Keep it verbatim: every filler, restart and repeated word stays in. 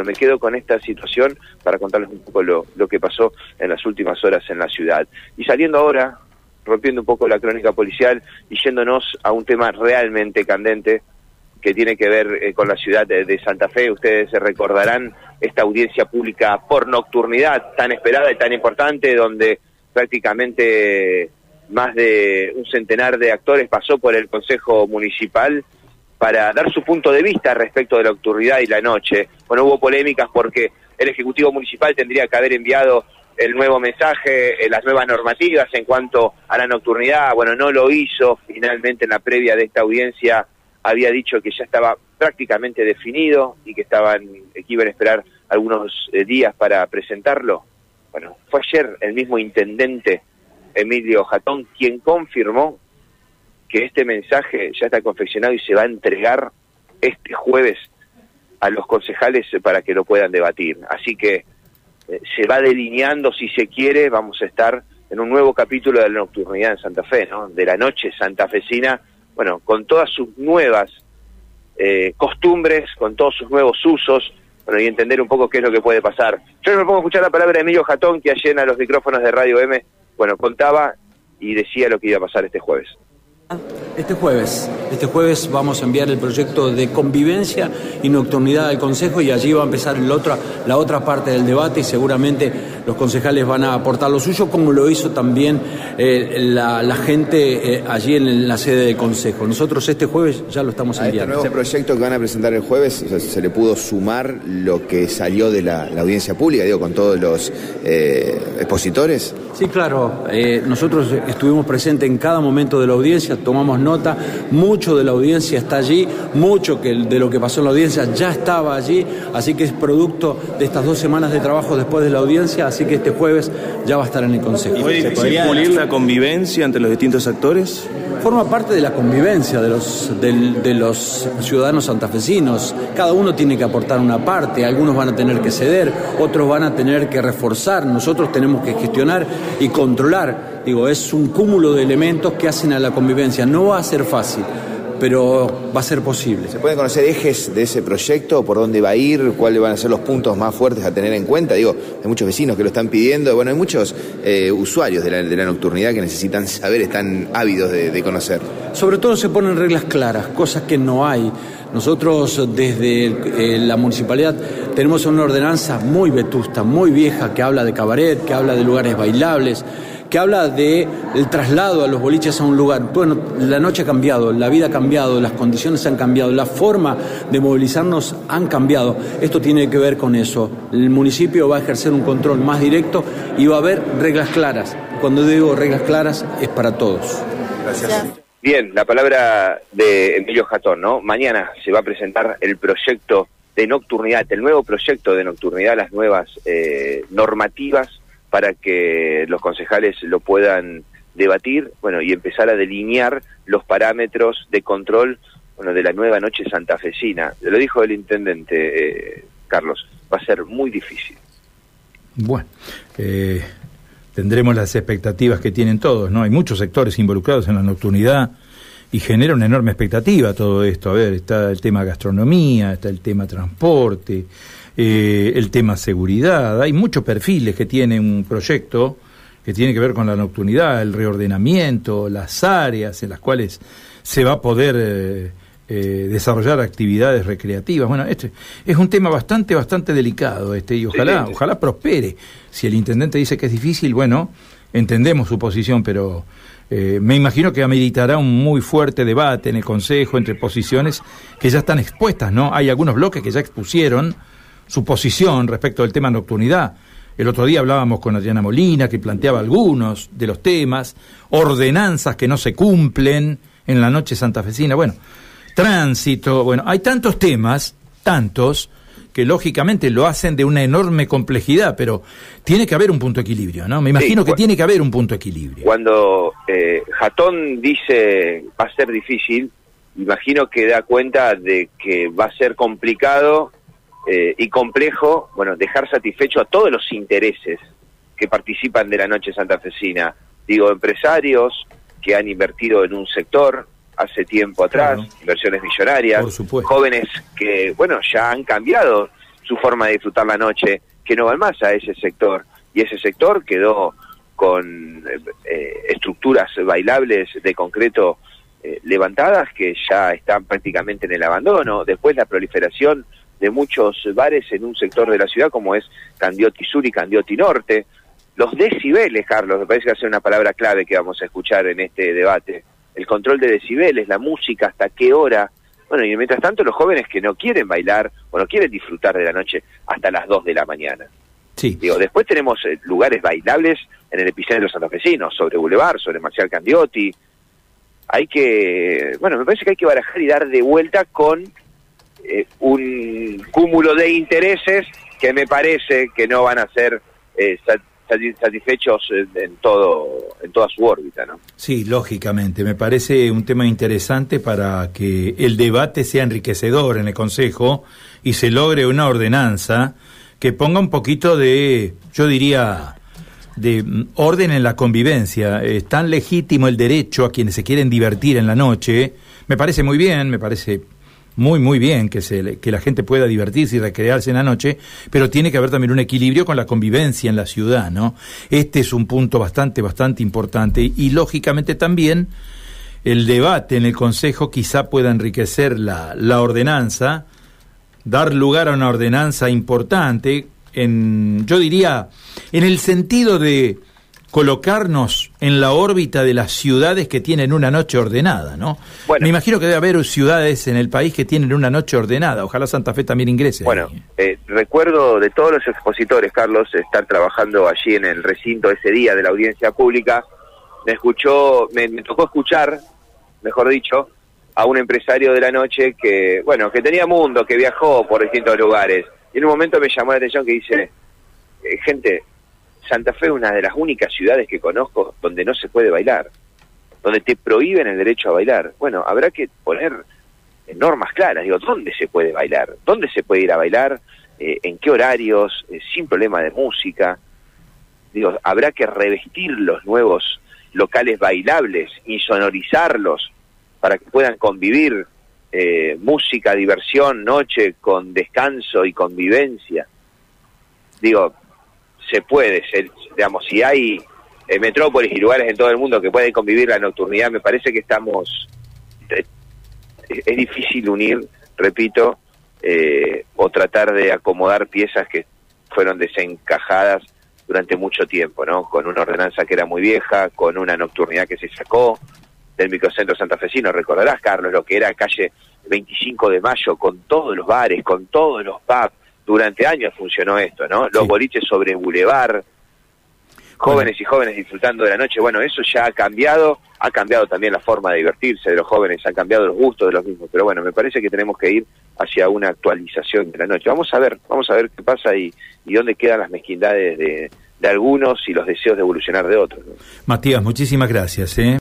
me quedo con esta situación para contarles un poco lo, lo que pasó en las últimas horas en la ciudad. Y saliendo ahora, rompiendo un poco la crónica policial y yéndonos a un tema realmente candente que tiene que ver eh, con la ciudad de, de Santa Fe. Ustedes se recordarán esta audiencia pública por nocturnidad tan esperada y tan importante, donde prácticamente más de un centenar de actores pasó por el Consejo Municipal para dar su punto de vista respecto de la nocturnidad y la noche. Bueno, hubo polémicas porque el Ejecutivo Municipal tendría que haber enviado el nuevo mensaje, eh, las nuevas normativas en cuanto a la nocturnidad. Bueno, no lo hizo. Finalmente, en la previa de esta audiencia, había dicho que ya estaba prácticamente definido y que estaban que iban a esperar algunos eh, días para presentarlo. Bueno, fue ayer el mismo intendente Emilio Jatón quien confirmó que este mensaje ya está confeccionado y se va a entregar este jueves a los concejales para que lo puedan debatir. Así que eh, se va delineando, si se quiere, vamos a estar en un nuevo capítulo de la nocturnidad en Santa Fe, ¿no? De la noche santafesina, bueno, con todas sus nuevas eh, costumbres, con todos sus nuevos usos, bueno, y entender un poco qué es lo que puede pasar. Yo me pongo a escuchar la palabra de Emilio Jatón, que ayer a los micrófonos de Radio M, bueno, contaba y decía lo que iba a pasar este jueves. Este jueves, este jueves vamos a enviar el proyecto de convivencia y nocturnidad al Consejo y allí va a empezar el otra, la otra parte del debate y seguramente los concejales van a aportar lo suyo, como lo hizo también eh, la, la gente eh, allí en la sede del Consejo. Nosotros este jueves ya lo estamos enviando. A este nuevo proyecto que van a presentar el jueves, o sea, se le pudo sumar lo que salió de la, la audiencia pública, digo, con todos los eh, expositores. Sí, claro. Eh, nosotros estuvimos presentes en cada momento de la audiencia, tomamos nota, mucho de la audiencia está allí, mucho que de lo que pasó en la audiencia ya estaba allí, así que es producto de estas dos semanas de trabajo después de la audiencia, así que este jueves ya va a estar en el Consejo. ¿Y fue difícil pulir la convivencia entre los distintos actores? Forma parte de la convivencia de los, de, de los ciudadanos santafesinos. Cada uno tiene que aportar una parte, algunos van a tener que ceder, otros van a tener que reforzar, nosotros tenemos que gestionar y controlar. Digo, es un cúmulo de elementos que hacen a la convivencia. No va a ser fácil, pero va a ser posible. ¿Se pueden conocer ejes de ese proyecto? ¿Por dónde va a ir? ¿Cuáles van a ser los puntos más fuertes a tener en cuenta? Digo, hay muchos vecinos que lo están pidiendo. Bueno, hay muchos eh, usuarios de la, de la nocturnidad que necesitan saber, están ávidos de, de conocer. Sobre todo se ponen reglas claras, cosas que no hay. Nosotros desde eh, la municipalidad tenemos una ordenanza muy vetusta, muy vieja, que habla de cabaret, que habla de lugares bailables, que habla de el traslado a los boliches a un lugar. Bueno, la noche ha cambiado, la vida ha cambiado, las condiciones han cambiado, la forma de movilizarnos han cambiado. Esto tiene que ver con eso. El municipio va a ejercer un control más directo y va a haber reglas claras. Cuando digo reglas claras, es para todos. Gracias. Bien, la palabra de Emilio Jatón, ¿no? Mañana se va a presentar el proyecto de nocturnidad, el nuevo proyecto de nocturnidad, las nuevas eh, normativas para que los concejales lo puedan debatir, bueno, y empezar a delinear los parámetros de control, bueno, de la nueva noche santafesina. Lo dijo el intendente, eh, Carlos, va a ser muy difícil. Bueno, eh, tendremos las expectativas que tienen todos, ¿no? Hay muchos sectores involucrados en la nocturnidad y genera una enorme expectativa todo esto. A ver, está el tema gastronomía, está el tema transporte, Eh, el tema seguridad. Hay muchos perfiles que tiene un proyecto que tiene que ver con la nocturnidad, el reordenamiento, las áreas en las cuales se va a poder eh, eh, desarrollar actividades recreativas. Bueno, este es un tema bastante, bastante delicado, este, y ojalá, sí, ojalá prospere. Si el intendente dice que es difícil, bueno, entendemos su posición, pero eh, me imagino que ameritará un muy fuerte debate en el Consejo entre posiciones que ya están expuestas, ¿no? Hay algunos bloques que ya expusieron su posición respecto del tema nocturnidad. El otro día hablábamos con Adriana Molina, que planteaba algunos de los temas, ordenanzas que no se cumplen en la noche santafesina, bueno, tránsito, bueno, hay tantos temas, tantos, que lógicamente lo hacen de una enorme complejidad, pero tiene que haber un punto de equilibrio, ¿no? Me imagino sí, que tiene que haber un punto de equilibrio. Cuando eh, Jatón dice va a ser difícil, imagino que da cuenta de que va a ser complicado Eh, y complejo, bueno, dejar satisfecho a todos los intereses que participan de la noche santafesina. Digo, empresarios que han invertido en un sector hace tiempo atrás, claro, inversiones millonarias, jóvenes que, bueno, ya han cambiado su forma de disfrutar la noche, que no van más a ese sector, y ese sector quedó con eh, estructuras bailables de concreto eh, levantadas que ya están prácticamente en el abandono. Después la proliferación de muchos bares en un sector de la ciudad como es Candioti Sur y Candioti Norte. Los decibeles, Carlos, me parece que va a ser una palabra clave que vamos a escuchar en este debate. El control de decibeles, la música, hasta qué hora. Bueno, y mientras tanto los jóvenes que no quieren bailar o no quieren disfrutar de la noche hasta las dos de la mañana. Sí. Digo, después tenemos eh, lugares bailables en el epicentro santafesino, sobre Boulevard, sobre Marcial Candioti. Hay que, bueno, me parece que hay que barajar y dar de vuelta con eh, un cúmulo de intereses que me parece que no van a ser eh, satisfechos en todo, en toda su órbita, ¿no? Sí, lógicamente. Me parece un tema interesante para que el debate sea enriquecedor en el Consejo y se logre una ordenanza que ponga un poquito de, yo diría, de orden en la convivencia. Es tan legítimo el derecho a quienes se quieren divertir en la noche. Me parece muy bien, me parece muy, muy bien que, se, que la gente pueda divertirse y recrearse en la noche, pero tiene que haber también un equilibrio con la convivencia en la ciudad, ¿no? Este es un punto bastante, bastante importante y, lógicamente, también el debate en el Consejo quizá pueda enriquecer la, la ordenanza, dar lugar a una ordenanza importante, en, yo diría, en el sentido de colocarnos en la órbita de las ciudades que tienen una noche ordenada, ¿no? Bueno, me imagino que debe haber ciudades en el país que tienen una noche ordenada. Ojalá Santa Fe también ingrese. Bueno, eh, recuerdo de todos los expositores, Carlos, estar trabajando allí en el recinto ese día de la audiencia pública. Me escuchó, me, me tocó escuchar, mejor dicho, a un empresario de la noche que, bueno, que tenía mundo, que viajó por distintos lugares. Y en un momento me llamó la atención que dice, eh, gente, Santa Fe es una de las únicas ciudades que conozco donde no se puede bailar, donde te prohíben el derecho a bailar. Bueno, habrá que poner normas claras. Digo, ¿dónde se puede bailar? ¿Dónde se puede ir a bailar? Eh, ¿En qué horarios? Eh, sin problema de música. Digo, habrá que revestir los nuevos locales bailables, insonorizarlos para que puedan convivir eh, música, diversión, noche, con descanso y convivencia. Digo, se puede, se, digamos, si hay eh, metrópolis y lugares en todo el mundo que pueden convivir la nocturnidad, me parece que estamos, eh, es difícil unir, repito, eh, o tratar de acomodar piezas que fueron desencajadas durante mucho tiempo, ¿no? Con una ordenanza que era muy vieja, con una nocturnidad que se sacó del microcentro santafesino. Recordarás, Carlos, lo que era calle veinticinco de mayo, con todos los bares, con todos los pubs. Durante años funcionó esto, ¿no? Los sí. boliches sobre Boulevard, jóvenes bueno. y jóvenes disfrutando de la noche. Bueno, eso ya ha cambiado, ha cambiado también la forma de divertirse de los jóvenes, han cambiado los gustos de los mismos. Pero bueno, me parece que tenemos que ir hacia una actualización de la noche. Vamos a ver, vamos a ver qué pasa y, y dónde quedan las mezquindades de, de algunos y los deseos de evolucionar de otros, ¿no? Matías, muchísimas gracias, ¿eh?